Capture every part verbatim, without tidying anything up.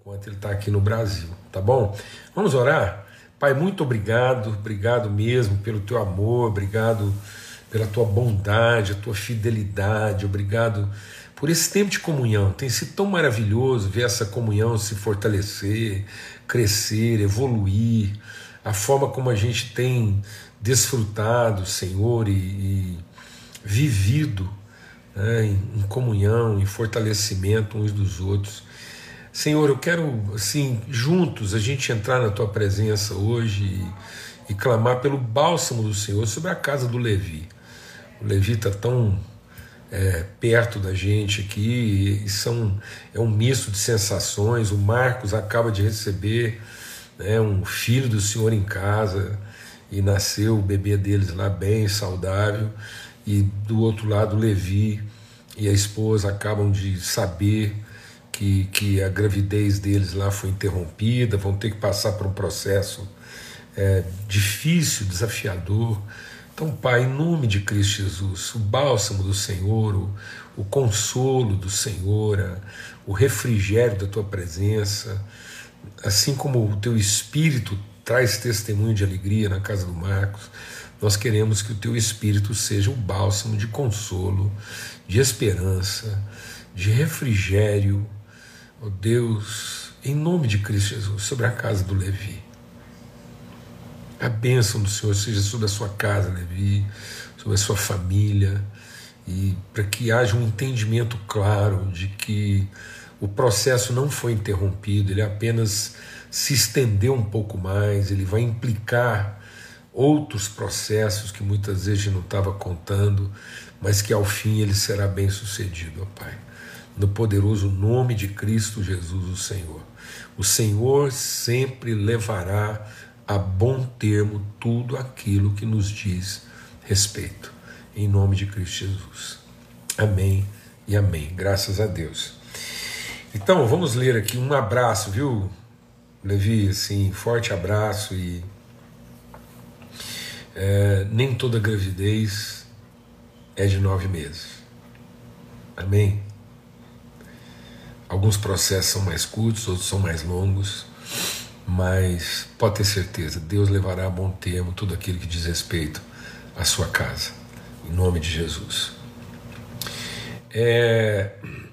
enquanto ele está aqui no Brasil, tá bom? Vamos orar? Pai, muito obrigado, obrigado mesmo pelo teu amor, obrigado pela tua bondade, a tua fidelidade, obrigado por esse tempo de comunhão. Tem sido tão maravilhoso ver essa comunhão se fortalecer, crescer, evoluir, a forma como a gente tem desfrutado, Senhor, e, e vivido, né, em, em comunhão, em fortalecimento uns dos outros. Senhor, eu quero, assim, juntos a gente entrar na tua presença hoje e, e clamar pelo bálsamo do Senhor sobre a casa do Levi. O Levi está tão é, perto da gente aqui, e são, é um misto de sensações. O Marcos acaba de receber, né, um filho do Senhor em casa, e nasceu o bebê deles lá bem saudável, e do outro lado o Levi e a esposa acabam de saber que, que a gravidez deles lá foi interrompida, vão ter que passar por um processo é, difícil, desafiador. Então, Pai, em nome de Cristo Jesus, o bálsamo do Senhor, o, o consolo do Senhor, a, o refrigério da Tua presença, assim como o Teu Espírito traz testemunho de alegria na casa do Marcos, nós queremos que o Teu Espírito seja o bálsamo de consolo, de esperança, de refrigério, ó Deus, em nome de Cristo Jesus, sobre a casa do Levi. A bênção do Senhor seja sobre a sua casa, Levi, sobre a sua família, e para que haja um entendimento claro de que o processo não foi interrompido, ele apenas se estendeu um pouco mais, ele vai implicar outros processos que muitas vezes a gente não estava contando, mas que ao fim ele será bem sucedido, ó Pai. No poderoso nome de Cristo Jesus, o Senhor. O Senhor sempre levará a bom termo tudo aquilo que nos diz respeito. Em nome de Cristo Jesus. Amém e amém. Graças a Deus. Então, vamos ler aqui um abraço, viu, Levi? Assim, forte abraço. E é, nem toda gravidez é de nove meses. Amém? Alguns processos são mais curtos, outros são mais longos, mas pode ter certeza, Deus levará a bom termo tudo aquilo que diz respeito à sua casa, em nome de Jesus. É...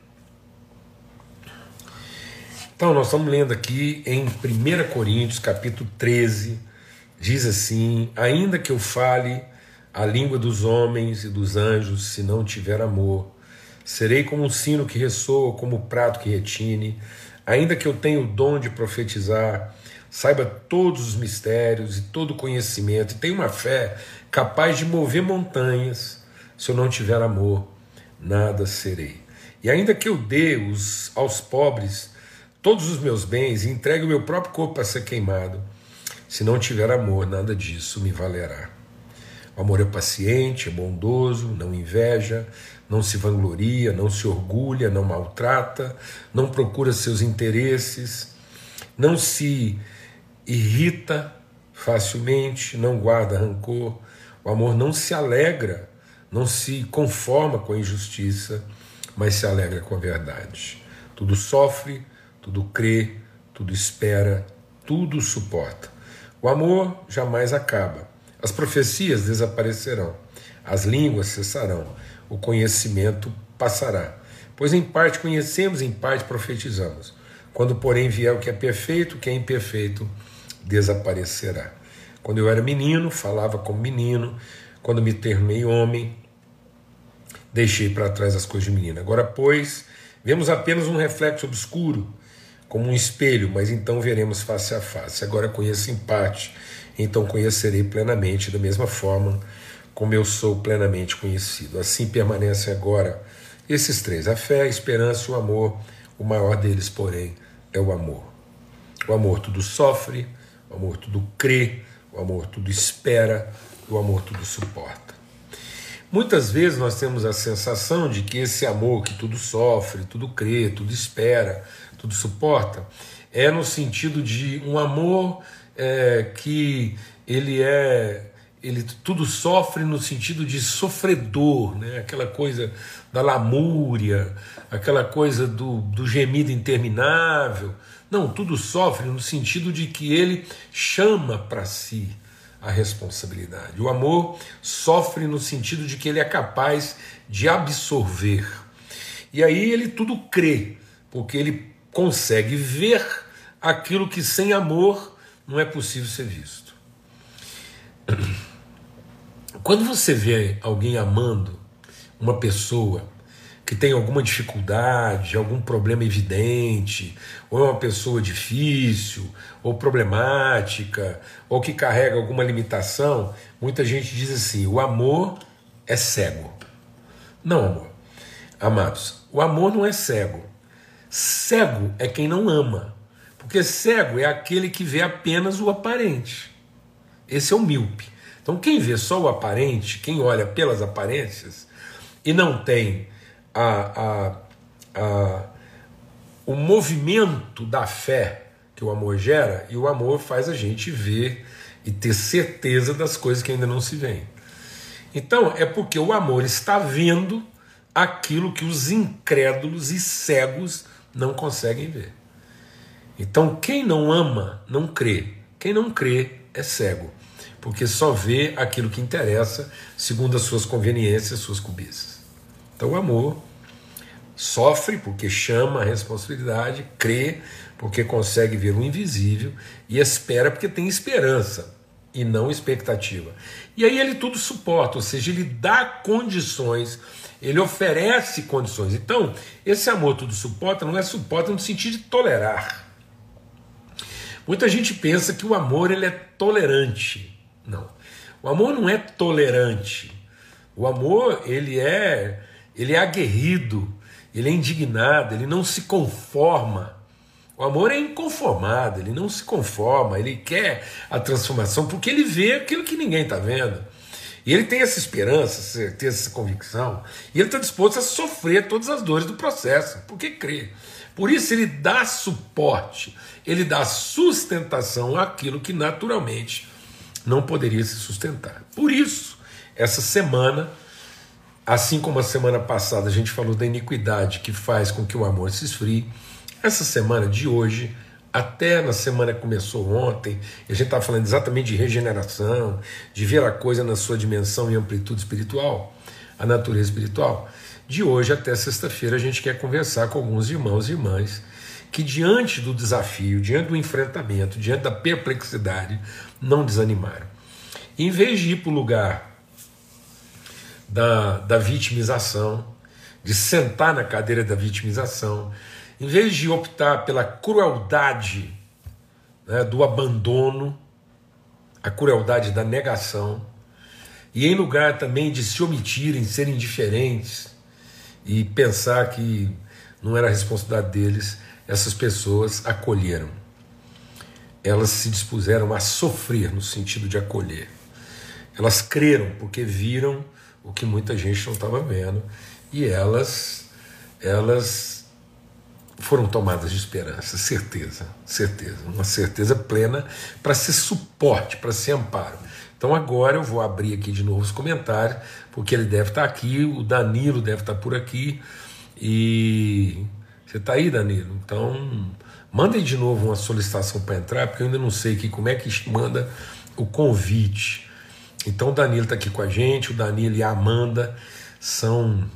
Então, nós estamos lendo aqui em primeira Coríntios, capítulo treze, diz assim: ainda que eu fale a língua dos homens e dos anjos, se não tiver amor, serei como um sino que ressoa, como um prato que retine. Ainda que eu tenha o dom de profetizar, saiba todos os mistérios e todo o conhecimento, e tenha uma fé capaz de mover montanhas, se eu não tiver amor, nada serei. E ainda que eu dê os, aos pobres todos os meus bens e entregue o meu próprio corpo para ser queimado, se não tiver amor, nada disso me valerá. O amor é paciente, é bondoso, não inveja, não se vangloria, não se orgulha, não maltrata, não procura seus interesses, não se irrita facilmente, não guarda rancor. O amor não se alegra, não se conforma com a injustiça, mas se alegra com a verdade. Tudo sofre, tudo crê, tudo espera, tudo suporta. O amor jamais acaba. As profecias desaparecerão, as línguas cessarão, o conhecimento passará. Pois em parte conhecemos, em parte profetizamos. Quando, porém, vier o que é perfeito, o que é imperfeito desaparecerá. Quando eu era menino, falava como menino. Quando me tornei homem, deixei para trás as coisas de menino. Agora, pois, vemos apenas um reflexo obscuro, como um espelho, mas então veremos face a face. Agora conheço em parte, então conhecerei plenamente, da mesma forma como eu sou plenamente conhecido. Assim permanecem agora esses três: a fé, a esperança e o amor. O maior deles, porém, é o amor. O amor tudo sofre, o amor tudo crê, o amor tudo espera, o amor tudo suporta. Muitas vezes nós temos a sensação de que esse amor que tudo sofre, tudo crê, tudo espera, tudo suporta, é no sentido de um amor é, que ele é, ele tudo sofre no sentido de sofredor, né? Aquela coisa da lamúria, aquela coisa do, do gemido interminável. Não, tudo sofre no sentido de que ele chama para si a responsabilidade. O amor sofre no sentido de que ele é capaz de absorver. E aí ele tudo crê, porque ele consegue ver aquilo que sem amor não é possível ser visto. Quando você vê alguém amando uma pessoa que tem alguma dificuldade, algum problema evidente, ou é uma pessoa difícil, ou problemática, ou que carrega alguma limitação, muita gente diz assim: o amor é cego. Não, amor. Amados, o amor não é cego. Cego é quem não ama, porque cego é aquele que vê apenas o aparente. Esse é o míope. Então quem vê só o aparente, quem olha pelas aparências e não tem a, a, a, o movimento da fé que o amor gera, e o amor faz a gente ver e ter certeza das coisas que ainda não se veem. Então é porque o amor está vendo aquilo que os incrédulos e cegos não conseguem ver. Então quem não ama não crê, quem não crê é cego, porque só vê aquilo que interessa segundo as suas conveniências, suas cobiças. Então o amor sofre porque chama a responsabilidade, crê porque consegue ver o invisível e espera porque tem esperança e não expectativa. E aí ele tudo suporta, ou seja, ele dá condições, ele oferece condições. Então esse amor tudo suporta não é suporta no sentido de tolerar. Muita gente pensa que o amor ele é tolerante. Não. O amor não é tolerante. O amor ele é, ele é aguerrido, ele é indignado, ele não se conforma. O amor é inconformado, ele não se conforma, ele quer a transformação porque ele vê aquilo que ninguém está vendo. E ele tem essa esperança, essa certeza, essa convicção, e ele está disposto a sofrer todas as dores do processo, porque crê. Por isso ele dá suporte, ele dá sustentação àquilo que naturalmente não poderia se sustentar. Por isso, essa semana, assim como a semana passada a gente falou da iniquidade que faz com que o amor se esfrie, essa semana de hoje, até na semana que começou ontem, a gente está falando exatamente de regeneração, de ver a coisa na sua dimensão e amplitude espiritual, a natureza espiritual. De hoje até sexta-feira a gente quer conversar com alguns irmãos e irmãs que diante do desafio, diante do enfrentamento, diante da perplexidade, não desanimaram. E em vez de ir para o lugar da, da vitimização, de sentar na cadeira da vitimização, em vez de optar pela crueldade, né, do abandono, a crueldade da negação, e em lugar também de se omitirem, serem indiferentes e pensar que não era a responsabilidade deles, essas pessoas acolheram. Elas se dispuseram a sofrer no sentido de acolher. Elas creram porque viram o que muita gente não estava vendo, e elas, elas foram tomadas de esperança, certeza, certeza, uma certeza plena para ser suporte, para ser amparo. Então agora eu vou abrir aqui de novo os comentários, porque ele deve estar aqui, o Danilo deve estar por aqui, e você está aí, Danilo? Então mandem de novo uma solicitação para entrar, porque eu ainda não sei aqui como é que manda o convite. Então o Danilo está aqui com a gente, o Danilo e a Amanda são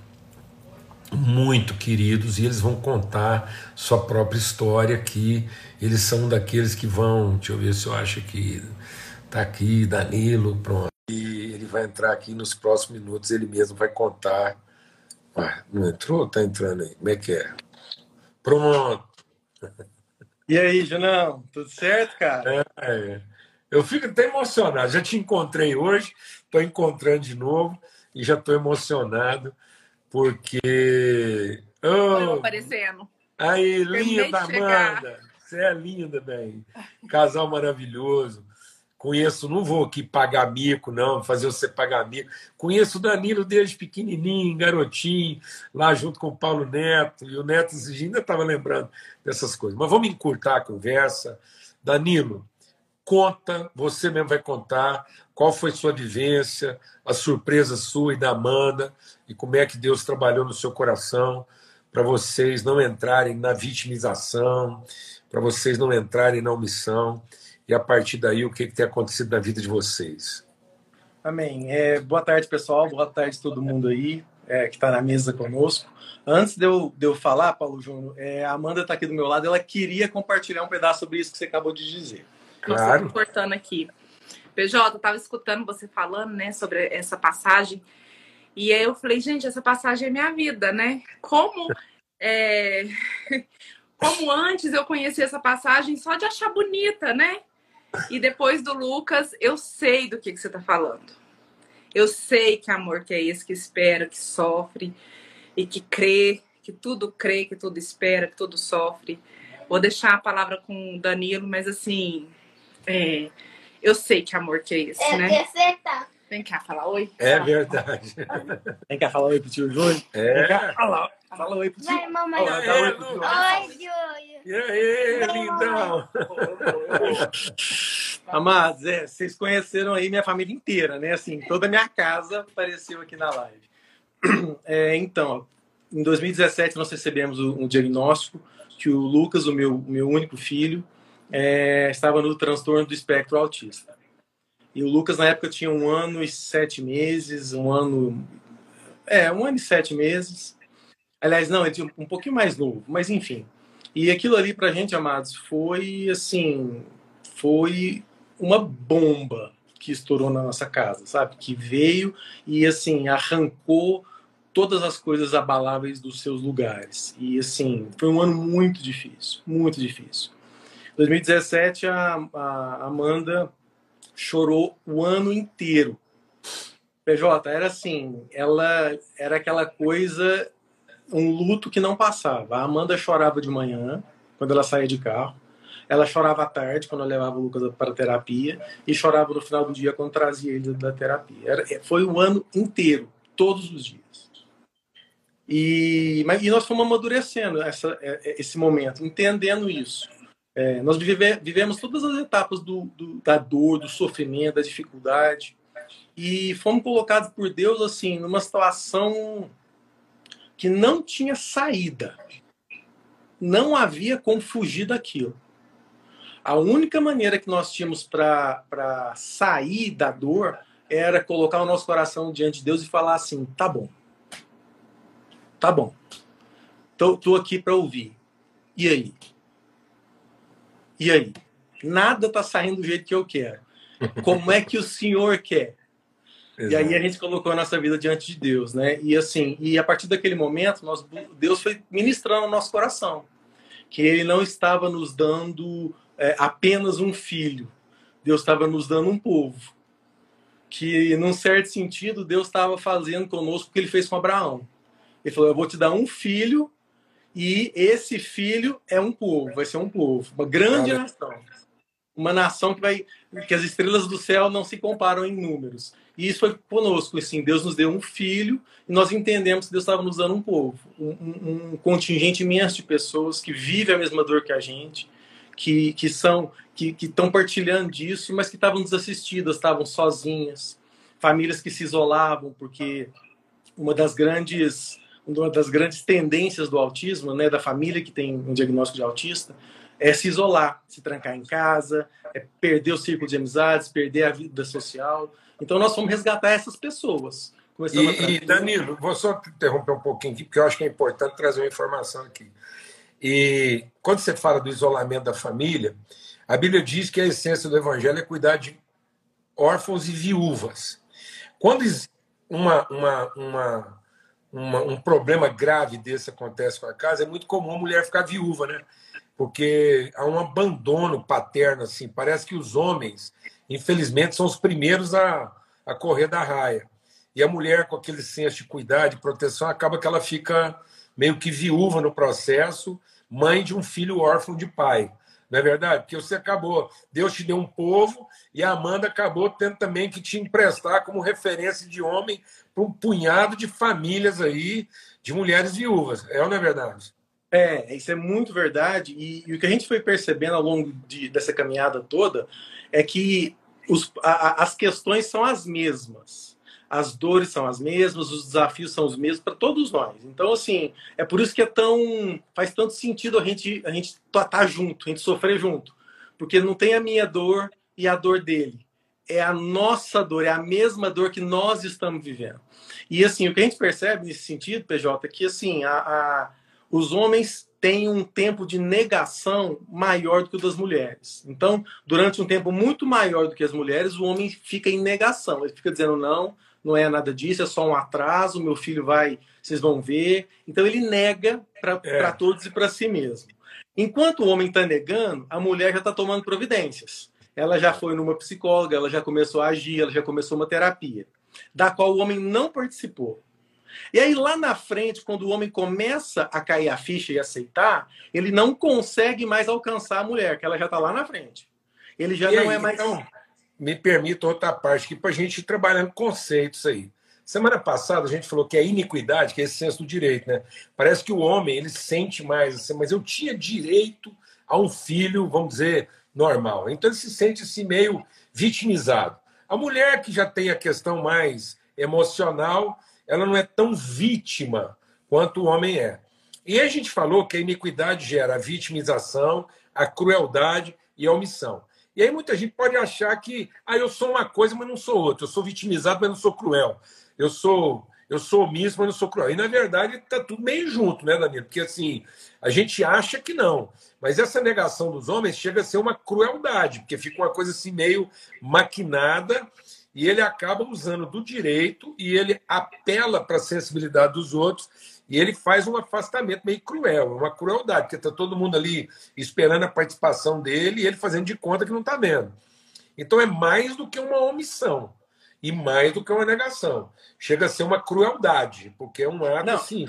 muito queridos e eles vão contar sua própria história aqui. Eles são daqueles que vão, deixa eu ver se eu acho que está aqui, Danilo, pronto. E ele vai entrar aqui nos próximos minutos, ele mesmo vai contar. Ah, não entrou? Está entrando aí. Como é que é? Pronto. E aí, Junão, tudo certo, cara? É, eu fico até emocionado. Já te encontrei hoje, estou encontrando de novo e já estou emocionado porque. Olha eu Oh, aparecendo. aí, Terminei linda, de chegar. Amanda. Você é linda, bem. Casal maravilhoso. Conheço, não vou aqui pagar mico, não, fazer você pagar mico. Conheço o Danilo desde pequenininho, garotinho, lá junto com o Paulo Neto, e o Neto ainda estava lembrando dessas coisas. Mas vamos encurtar a conversa. Danilo, conta, você mesmo vai contar qual foi sua vivência, a surpresa sua e da Amanda, e como é que Deus trabalhou no seu coração para vocês não entrarem na vitimização, para vocês não entrarem na omissão, e a partir daí o que, que tem acontecido na vida de vocês. Amém. É, boa tarde, pessoal. Boa tarde todo mundo aí é, que está na mesa conosco. Antes de eu, de eu falar, Paulo Júnior, é, a Amanda está aqui do meu lado, ela queria compartilhar um pedaço sobre isso que você acabou de dizer. Claro. Nossa, cortando aqui. P J, eu estava escutando você falando, né, sobre essa passagem, e aí eu falei, gente, essa passagem é minha vida, né? Como, é... Como antes eu conheci essa passagem só de achar bonita, né? E depois do Lucas, eu sei do que, que você está falando. Eu sei que amor que é esse, que espera, que sofre e que crê, que tudo crê, que tudo espera, que tudo sofre. Vou deixar a palavra com o Danilo, mas assim, é, eu sei que amor que é esse, é, né? Vem cá, fala oi. É fala. Verdade. Vem cá, fala oi pro tio Júnior. É. Vem cá, fala, fala oi pro tio. Vai, mamãe. Fala, dá oi pro tio. Oi, Júlio. E aí, lindão? Amados, é, vocês conheceram aí minha família inteira, né? Assim, toda a minha casa apareceu aqui na live. É, então, em dois mil e dezessete nós recebemos um diagnóstico que o Lucas, o meu, meu único filho, é, estava no transtorno do espectro autista. E o Lucas, na época, tinha um ano e sete meses, um ano... É, um ano e sete meses. Aliás, não, ele tinha um pouquinho mais novo, mas enfim. E aquilo ali pra gente, amados, foi, assim, foi uma bomba que estourou na nossa casa, sabe? Que veio e, assim, arrancou todas as coisas abaláveis dos seus lugares. E, assim, foi um ano muito difícil, muito difícil. Em dois mil e dezessete, a, a Amanda chorou o ano inteiro. P J, era assim, ela era aquela coisa, um luto que não passava. A Amanda chorava de manhã, quando ela saía de carro. Ela chorava à tarde, quando eu levava o Lucas para a terapia. E chorava no final do dia, quando trazia ele da terapia. Era, foi o ano inteiro, todos os dias. E, mas, e nós fomos amadurecendo essa, esse momento, entendendo isso. É, nós vive, vivemos todas as etapas do, do, da dor, do sofrimento, da dificuldade. E fomos colocados por Deus assim numa situação que não tinha saída. Não havia como fugir daquilo. A única maneira que nós tínhamos para sair da dor era colocar o nosso coração diante de Deus e falar assim, tá bom. Tá bom. Tô, tô aqui para ouvir. E aí? E aí? Nada tá saindo do jeito que eu quero. Como é que o Senhor quer? Exato. E aí a gente colocou a nossa vida diante de Deus, né? E assim, e a partir daquele momento, nós, Deus foi ministrando o nosso coração. Que Ele não estava nos dando é, apenas um filho. Deus estava nos dando um povo. Que, num certo sentido, Deus estava fazendo conosco o que Ele fez com Abraão. Ele falou, eu vou te dar um filho e esse filho é um povo, vai ser um povo, uma grande Olha. nação. Uma nação que vai, que as estrelas do céu não se comparam em números. E isso foi conosco, assim, Deus nos deu um filho e nós entendemos que Deus estava nos dando um povo, um, um, um contingente imenso de pessoas que vivem a mesma dor que a gente, que, que são, que estão partilhando disso, mas que estavam desassistidas, estavam sozinhas, famílias que se isolavam, porque uma das grandes, uma das grandes tendências do autismo, né, da família que tem um diagnóstico de autista, é se isolar, se trancar em casa, é perder o círculo de amizades, perder a vida social. Então nós vamos resgatar essas pessoas. E, e Danilo, vou só interromper um pouquinho aqui, porque eu acho que é importante trazer uma informação aqui. E quando você fala do isolamento da família, a Bíblia diz que a essência do Evangelho é cuidar de órfãos e viúvas. Quando uma, uma, uma, uma, um problema grave desse acontece com a casa, é muito comum a mulher ficar viúva, né? Porque há um abandono paterno, assim. Parece que os homens, infelizmente, são os primeiros a, a correr da raia. E a mulher, com aquele senso de cuidar, de proteção, acaba que ela fica meio que viúva no processo, mãe de um filho órfão de pai. Não é verdade? Porque você acabou, Deus te deu um povo e a Amanda acabou tendo também que te emprestar como referência de homem para um punhado de famílias aí, de mulheres viúvas. É ou não é verdade? É, isso é muito verdade. E, e o que a gente foi percebendo ao longo de, dessa caminhada toda é que os, a, as questões são as mesmas. As dores são as mesmas, os desafios são os mesmos para todos nós. Então, assim, é por isso que é tão, faz tanto sentido a gente a gente estar junto, a gente sofrer junto. Porque não tem a minha dor e a dor dele. É a nossa dor, é a mesma dor que nós estamos vivendo. E, assim, o que a gente percebe nesse sentido, P J, é que, assim, a, a os homens têm um tempo de negação maior do que o das mulheres. Então, durante um tempo muito maior do que as mulheres, o homem fica em negação. Ele fica dizendo, não, não é nada disso, é só um atraso, meu filho vai, vocês vão ver. Então, ele nega para É, todos e para si mesmo. Enquanto o homem está negando, a mulher já está tomando providências. Ela já foi numa psicóloga, ela já começou a agir, ela já começou uma terapia, da qual o homem não participou. E aí, lá na frente, quando o homem começa a cair a ficha e aceitar, ele não consegue mais alcançar a mulher, que ela já está lá na frente. Ele já e não aí, é mais. então, me permita outra parte aqui para a gente ir trabalhando conceitos aí. Semana passada a gente falou que a iniquidade, que é esse senso do direito, né? Parece que o homem ele sente mais, assim, mas eu tinha direito a um filho, vamos dizer, normal. Então ele se sente assim meio vitimizado. A mulher que já tem a questão mais emocional, ela não é tão vítima quanto o homem é. E a gente falou que a iniquidade gera a vitimização, a crueldade e a omissão. E aí muita gente pode achar que ah, eu sou uma coisa, mas não sou outra. Eu sou vitimizado, mas não sou cruel. Eu sou eu sou omisso, mas não sou cruel. E na verdade está tudo meio junto, né, Danilo? Porque assim, a gente acha que não. Mas essa negação dos homens chega a ser uma crueldade, porque fica uma coisa assim meio maquinada e ele acaba usando do direito e ele apela para a sensibilidade dos outros e ele faz um afastamento meio cruel, uma crueldade, porque está todo mundo ali esperando a participação dele e ele fazendo de conta que não está vendo. Então é mais do que uma omissão e mais do que uma negação. Chega a ser uma crueldade, porque é um ato Não, assim.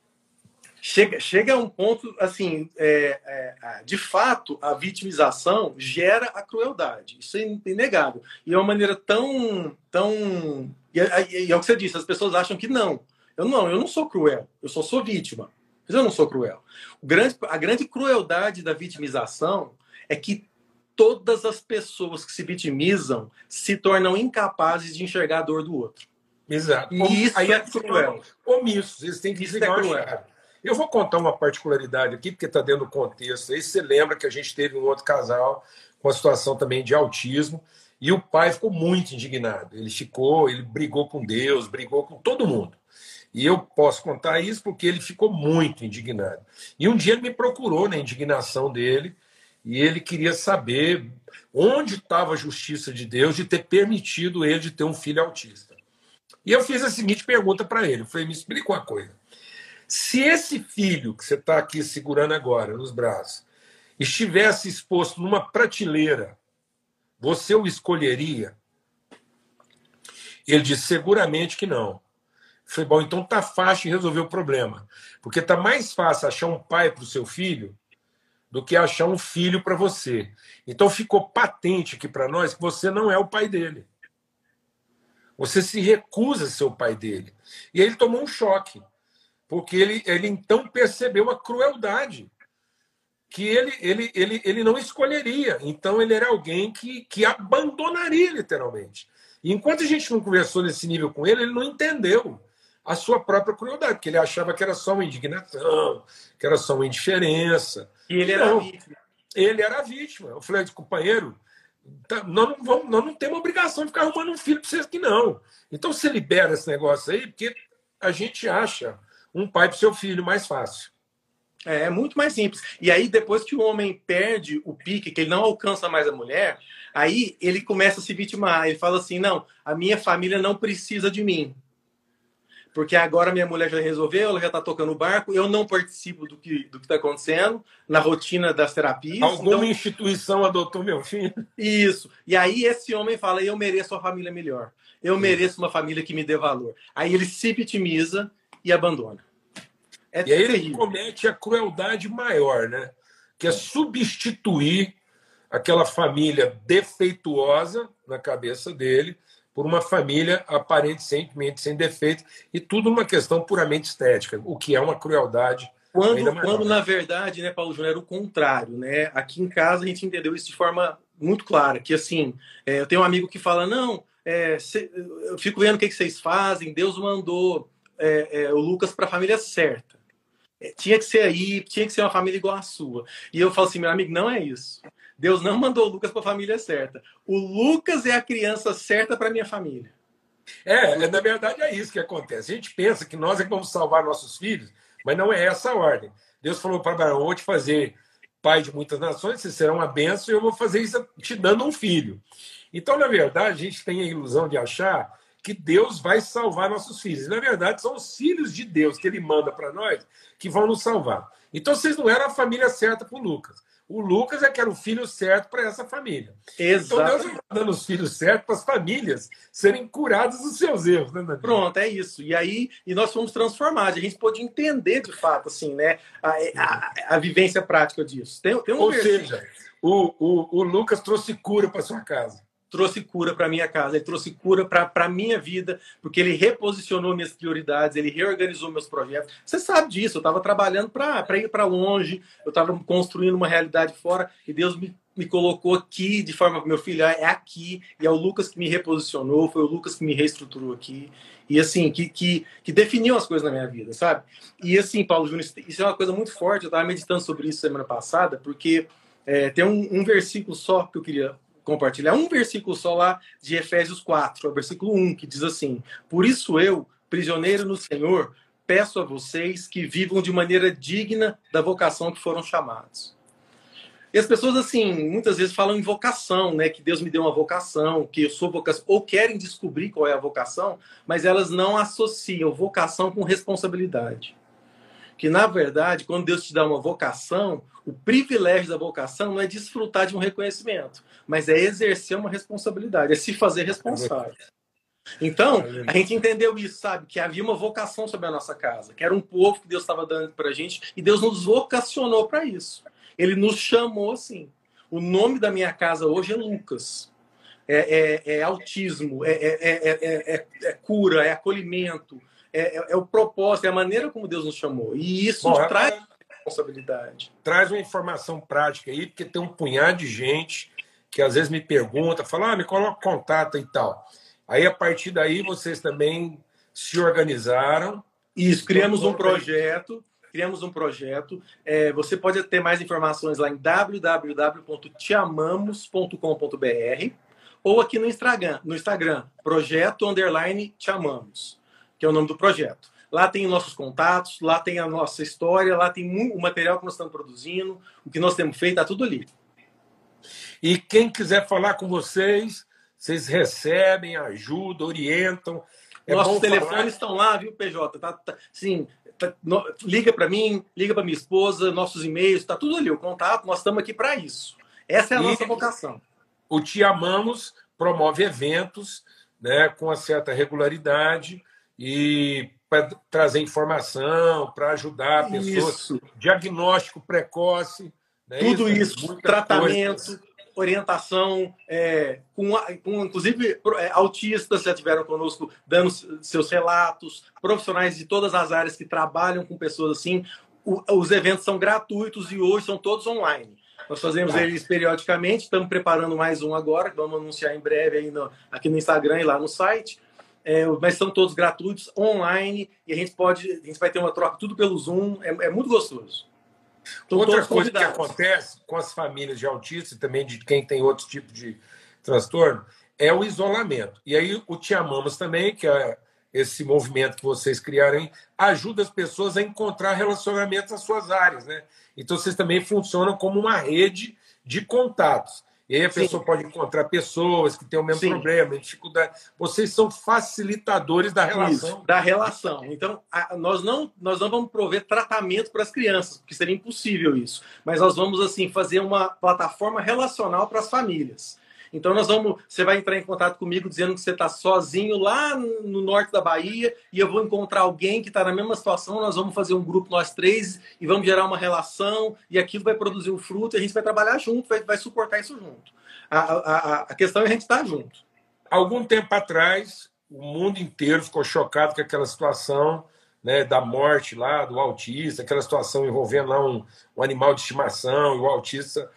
chega, chega a um ponto, assim, é, é, de fato, a vitimização gera a crueldade. Isso é inegável. E é uma maneira tão. tão e é, e é o que você disse, as pessoas acham que não. Eu não, eu não sou cruel, eu só sou vítima. Mas eu não sou cruel. O grande, a grande crueldade da vitimização é que todas as pessoas que se vitimizam se tornam incapazes de enxergar a dor do outro. Exato. E isso Aí é eles se cruel. tornam omissos, eles têm que Isso é desligar uma cruel. chave. Eu vou contar uma particularidade aqui, porque está dentro do contexto. Aí você lembra que a gente teve um outro casal com a situação também de autismo, e o pai ficou muito indignado. Ele ficou, ele brigou com Deus, brigou com todo mundo. E eu posso contar isso porque ele ficou muito indignado. E um dia ele me procurou na indignação dele, e ele queria saber onde estava a justiça de Deus de ter permitido ele de ter um filho autista. E eu fiz a seguinte pergunta para ele. Eu falei, me explica uma coisa. Se esse filho que você está aqui segurando agora nos braços estivesse exposto numa prateleira, você o escolheria? Ele disse, seguramente que não. Eu falei, bom, então tá fácil de resolver o problema. Porque tá mais fácil achar um pai para o seu filho do que achar um filho para você. Então ficou patente aqui para nós que você não é o pai dele. Você se recusa a ser o pai dele. E aí ele tomou um choque, porque ele, ele então percebeu a crueldade, que ele, ele, ele, ele não escolheria. Então ele era alguém que, que abandonaria, literalmente. E enquanto a gente não conversou nesse nível com ele, ele não entendeu a sua própria crueldade, porque ele achava que era só uma indignação, que era só uma indiferença. E ele E era não, vítima. ele era a vítima. Eu falei, companheiro, tá, nós, não vamos, nós não temos obrigação de ficar arrumando um filho para vocês aqui, não. Então você libera esse negócio aí, porque a gente acha um pai para o seu filho mais fácil. É, é muito mais simples. E aí, depois que o homem perde o pique, que ele não alcança mais a mulher, aí ele começa a se vitimar. Ele fala assim, não, a minha família não precisa de mim. Porque agora minha mulher já resolveu, ela já está tocando o barco, eu não participo do que do está acontecendo na rotina das terapias. Alguma então... instituição adotou meu filho? Isso. E aí esse homem fala, eu mereço uma família melhor. Eu mereço uma família que me dê valor. Aí ele se vitimiza e abandona. É e aí ele terrível. comete a crueldade maior, né? Que é substituir aquela família defeituosa na cabeça dele por uma família aparentemente sem defeito, e tudo numa questão puramente estética, o que é uma crueldade Quando, ainda quando maior. na verdade, né, Paulo Júnior, era o contrário, né? Aqui em casa a gente entendeu isso de forma muito clara, que assim, é, eu tenho um amigo que fala, não, é, cê, eu fico vendo o que, que vocês fazem, Deus mandou é, é, o Lucas para a família certa. É, tinha que ser aí, tinha que ser uma família igual a sua. E eu falo assim, meu amigo, não é isso. Deus não mandou o Lucas para a família certa. O Lucas é a criança certa para minha família. É, é, na verdade é isso que acontece. A gente pensa que nós é que vamos salvar nossos filhos, mas não é essa a ordem. Deus falou para Abraão: vou te fazer pai de muitas nações, você será uma bênção e eu vou fazer isso te dando um filho. Então, na verdade, a gente tem a ilusão de achar que Deus vai salvar nossos filhos. Na verdade, são os filhos de Deus que ele manda para nós que vão nos salvar. Então, vocês não eram a família certa para o Lucas. O Lucas é que era o filho certo para essa família. Exato. Então, Deus está dando os filhos certos para as famílias serem curadas dos seus erros, né, Daniel? Pronto, é isso. E aí, e nós fomos transformados. A gente pôde entender, de fato, assim, né, a, a, a vivência prática disso. Tem, tem um Ou versículo. seja, o, o, o Lucas trouxe cura para sua casa. Trouxe cura para minha casa, ele trouxe cura para a minha vida, porque ele reposicionou minhas prioridades, ele reorganizou meus projetos. Você sabe disso, eu estava trabalhando para ir para longe, eu estava construindo uma realidade fora, e Deus me, me colocou aqui de forma, meu filho, é aqui, e é o Lucas que me reposicionou, foi o Lucas que me reestruturou aqui, e assim, que, que, que definiu as coisas na minha vida, sabe? E assim, Paulo Júnior, isso é uma coisa muito forte, eu estava meditando sobre isso semana passada, porque é, tem um, um versículo só que eu queria compartilhar, um versículo só lá de Efésios quatro, o versículo um, que diz assim: por isso eu, prisioneiro no Senhor, peço a vocês que vivam de maneira digna da vocação que foram chamados. E as pessoas, assim, muitas vezes falam em vocação, né? Que Deus me deu uma vocação, que eu sou vocação, ou querem descobrir qual é a vocação, mas elas não associam vocação com responsabilidade. Que, na verdade, quando Deus te dá uma vocação, o privilégio da vocação não é desfrutar de um reconhecimento, mas é exercer uma responsabilidade, é se fazer responsável. Então, a gente entendeu isso, sabe? Que havia uma vocação sobre a nossa casa, que era um povo que Deus estava dando para a gente, e Deus nos vocacionou para isso. Ele nos chamou assim. O nome da minha casa hoje é Lucas. É, é, é autismo, é, é, é, é, é cura, é acolhimento, é, é, é o propósito, é a maneira como Deus nos chamou. E isso Bom, traz responsabilidade. Traz uma informação prática aí, porque tem um punhado de gente que às vezes me pergunta, fala, ah, me coloca contato e tal. Aí, a partir daí, vocês também se organizaram. Isso, criamos um projeto, criamos um projeto. É, você pode ter mais informações lá em w w w ponto te amamos ponto com ponto b r ou aqui no Instagram, no Instagram, projeto underline te amamos, que é o nome do projeto. Lá tem nossos contatos, lá tem a nossa história, lá tem o material que nós estamos produzindo, o que nós temos feito, tá tudo ali. E quem quiser falar com vocês, vocês recebem, ajudam, orientam. É Nossos telefones falar. Estão lá, viu, P J? Tá, tá, sim, tá, no, liga para mim, liga para minha esposa, nossos e-mails, tá tudo ali, o contato, nós estamos aqui para isso. Essa é a e nossa vocação. O Te Amamos promove eventos, né, com uma certa regularidade e para trazer informação, para ajudar pessoas, isso. Diagnóstico precoce. Né, tudo isso, isso tratamento, coisa. Orientação, é, com, com inclusive é, autistas já tiveram conosco dando seus relatos, profissionais de todas as áreas que trabalham com pessoas assim. O, os eventos são gratuitos e hoje são todos online. Nós fazemos ah. eles periodicamente, estamos preparando mais um agora, que vamos anunciar em breve aí no, aqui no Instagram e lá no site. É, mas são todos gratuitos, online, e a gente pode, a gente vai ter uma troca tudo pelo Zoom, é, é muito gostoso. Então, outra coisa que acontece com as famílias de autistas e também de quem tem outros tipos de transtorno é o isolamento. E aí o Te Amamos também, que é esse movimento que vocês criaram, ajuda as pessoas a encontrar relacionamentos nas suas áreas, né? Então vocês também funcionam como uma rede de contatos. E aí a Sim. pessoa pode encontrar pessoas que têm o mesmo Sim. problema, dificuldade. Vocês são facilitadores da relação. Isso, da relação. Então, a, nós, não, nós não vamos prover tratamento para as crianças, porque seria impossível isso. Mas nós vamos, assim, fazer uma plataforma relacional para as famílias. Então, nós vamos, você vai entrar em contato comigo dizendo que você está sozinho lá no norte da Bahia e eu vou encontrar alguém que está na mesma situação, nós vamos fazer um grupo, nós três, e vamos gerar uma relação e aquilo vai produzir um fruto e a gente vai trabalhar junto, vai, vai suportar isso junto. A, a, a questão é a gente estar junto. Algum tempo atrás, o mundo inteiro ficou chocado com aquela situação, né, da morte lá do autista, aquela situação envolvendo lá um, um animal de estimação, e o autista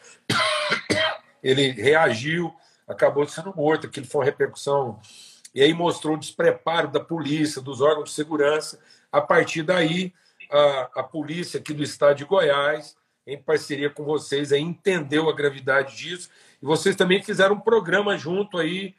ele reagiu, acabou sendo morto, aquilo foi uma repercussão. E aí mostrou o despreparo da polícia, dos órgãos de segurança. A partir daí, a, a polícia aqui do estado de Goiás, em parceria com vocês, aí, entendeu a gravidade disso. E vocês também fizeram um programa junto aí.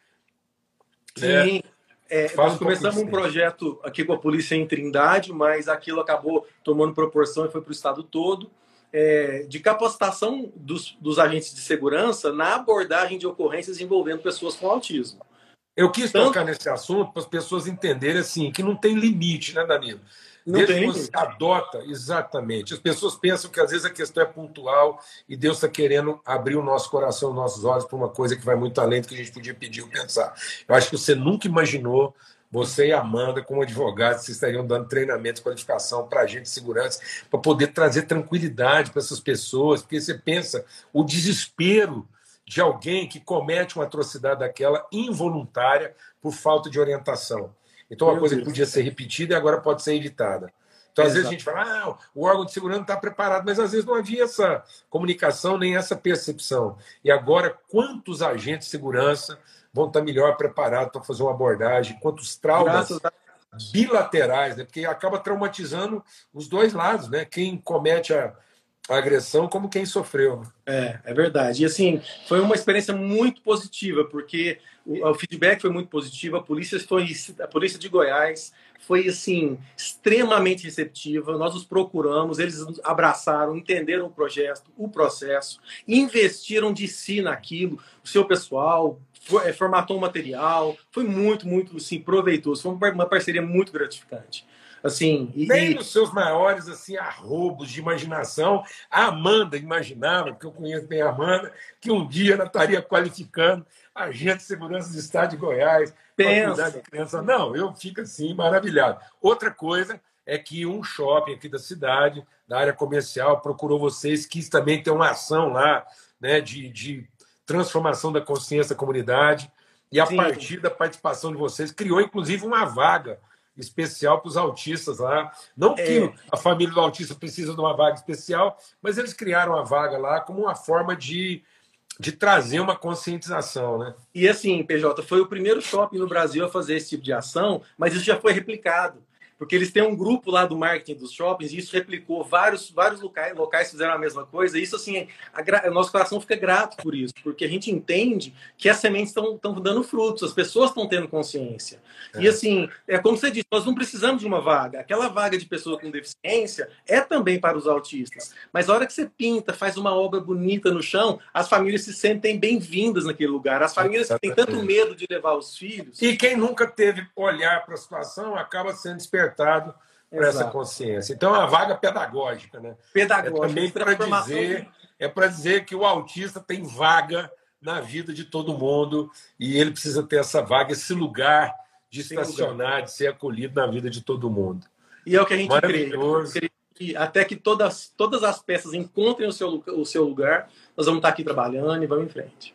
Sim, né? é, nós começamos um projeto aqui com a polícia em Trindade, mas aquilo acabou tomando proporção e foi para o estado todo. É, de capacitação dos, dos agentes de segurança na abordagem de ocorrências envolvendo pessoas com autismo. Eu quis Tanto... tocar nesse assunto para as pessoas entenderem assim, que não tem limite, né, Danilo? Não Desde tem que você adota, exatamente. As pessoas pensam que às vezes a questão é pontual e Deus está querendo abrir o nosso coração, os nossos olhos para uma coisa que vai muito além do que a gente podia pedir ou pensar. Eu acho que você nunca imaginou, você e a Amanda, como advogados, vocês estariam dando treinamento, qualificação para agente de segurança, para poder trazer tranquilidade para essas pessoas, porque você pensa o desespero de alguém que comete uma atrocidade daquela involuntária por falta de orientação. Então, uma Meu coisa Deus. que podia ser repetida e agora pode ser evitada. Então, às Exato. vezes a gente fala, ah, o órgão de segurança não está preparado, mas às vezes não havia essa comunicação nem essa percepção. E agora, quantos agentes de segurança vão estar melhor preparados para fazer uma abordagem, quantos traumas Graças a... bilaterais, né? Porque acaba traumatizando os dois lados, né? Quem comete a, a agressão como quem sofreu. É, é verdade. E assim, foi uma experiência muito positiva, porque o, o feedback foi muito positivo, a polícia foi, a polícia de Goiás foi assim extremamente receptiva. Nós os procuramos, eles nos abraçaram, entenderam o projeto, o processo, investiram de si naquilo, o seu pessoal for, formatou o material, foi muito, muito assim, proveitoso. Foi uma parceria muito gratificante. Assim, e, Nem e... nos seus maiores assim, arrobos de imaginação, a Amanda imaginava, porque eu conheço bem a Amanda, que um dia ela estaria qualificando agente de segurança do estado de Goiás para cuidar de criança. Não, eu fico assim maravilhado. Outra coisa é que um shopping aqui da cidade, da área comercial, procurou vocês, quis também ter uma ação lá, né, de, de transformação da consciência da comunidade, e a Sim. partir da participação de vocês, criou inclusive uma vaga especial para os autistas lá. Não que É. a família do autista precisa de uma vaga especial, mas eles criaram a vaga lá como uma forma de, de trazer uma conscientização, né? E assim, P J, foi o primeiro shopping no Brasil a fazer esse tipo de ação, mas isso já foi replicado. Porque eles têm um grupo lá do marketing dos shoppings e isso replicou. Vários, vários locais, locais fizeram a mesma coisa. E isso, assim, a, o nosso coração fica grato por isso, porque a gente entende que as sementes estão dando frutos, as pessoas estão tendo consciência. É. E, assim, é como você disse, nós não precisamos de uma vaga. Aquela vaga de pessoa com deficiência é também para os autistas. Mas a hora que você pinta, faz uma obra bonita no chão, as famílias se sentem bem-vindas naquele lugar. As famílias que têm tanto medo de levar os filhos... E quem nunca teve olhar para a situação acaba sendo despertado para essa consciência. Então, é uma vaga pedagógica, né? Pedagógica. É também para dizer, é para dizer que o autista tem vaga na vida de todo mundo e ele precisa ter essa vaga, esse lugar de Sem estacionar, lugar. de ser acolhido na vida de todo mundo. E é o que a gente Maravilhoso. crê. Que até que todas, todas as peças encontrem o seu, o seu lugar, nós vamos estar aqui trabalhando e vamos em frente.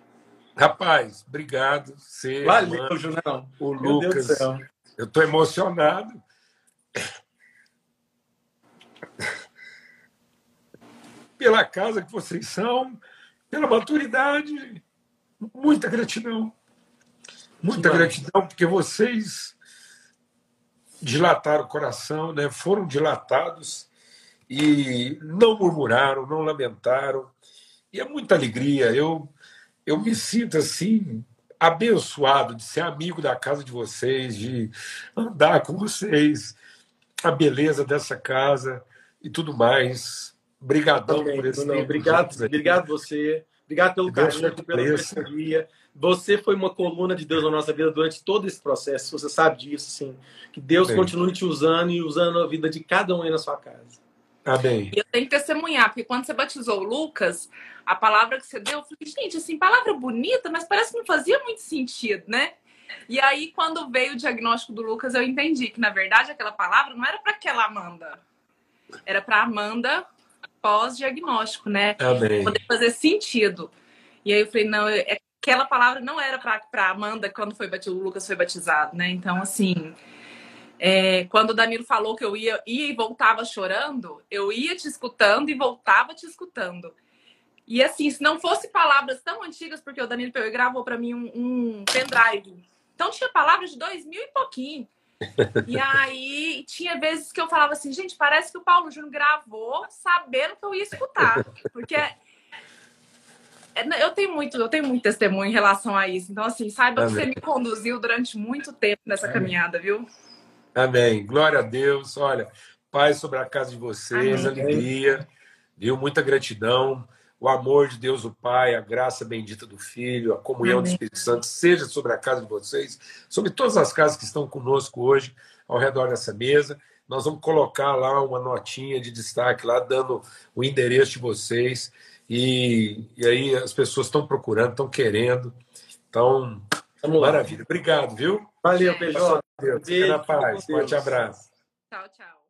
Rapaz, obrigado. Você, Valeu, mano, Junão. o Meu Lucas. Deus do céu. Eu estou emocionado. Pela casa que vocês são, pela maturidade, muita gratidão. Muita Sim, gratidão, porque vocês dilataram o coração, né? Foram dilatados e não murmuraram, não lamentaram. E é muita alegria. Eu, eu me sinto assim, abençoado de ser amigo da casa de vocês, de andar com vocês, a beleza dessa casa e tudo mais. Obrigadão também, por esse Bruno. tempo Obrigado, juntos aí. obrigado você. Obrigado pelo Que Deus carinho, pela fortaleça. parceria. Você foi uma coluna de Deus na nossa vida durante todo esse processo. Você sabe disso, sim. Que Deus Amém. continue te usando e usando a vida de cada um aí na sua casa. Amém. E eu tenho que testemunhar, porque quando você batizou o Lucas, a palavra que você deu, eu falei, gente, assim, palavra bonita, mas parece que não fazia muito sentido, né? E aí, quando veio o diagnóstico do Lucas, eu entendi que, na verdade, aquela palavra não era para aquela Amanda. Era para Amanda pós-diagnóstico, né? Amém. Poder fazer sentido. E aí eu falei, não, é- aquela palavra não era para Amanda quando foi batido, o Lucas foi batizado, né? Então, assim, É, quando o Danilo falou que eu ia, ia e voltava chorando, eu ia te escutando e voltava te escutando. E assim, se não fosse palavras tão antigas, porque o Danilo pegou e gravou para mim um, um pendrive. Então tinha palavras de dois mil e pouquinho. E aí tinha vezes que eu falava assim, gente, parece que o Paulo Júnior gravou sabendo que eu ia escutar. Porque eu tenho muito, eu tenho muito testemunho em relação a isso. Então, assim, saiba Amém. Que você me conduziu durante muito tempo nessa Amém. Caminhada, viu? Amém. Glória a Deus. Olha, paz sobre a casa de vocês, Amém. Alegria, viu? Muita gratidão. O amor de Deus, o Pai, a graça bendita do Filho, a comunhão Amém. Do Espírito Santo, seja sobre a casa de vocês, sobre todas as casas que estão conosco hoje, ao redor dessa mesa. Nós vamos colocar lá uma notinha de destaque, lá dando o endereço de vocês. E, e aí as pessoas estão procurando, estão querendo. Então, vamos maravilha. Lá. Obrigado, viu? Valeu, P J. Deus. Fica na paz. Forte abraço. Tchau, tchau.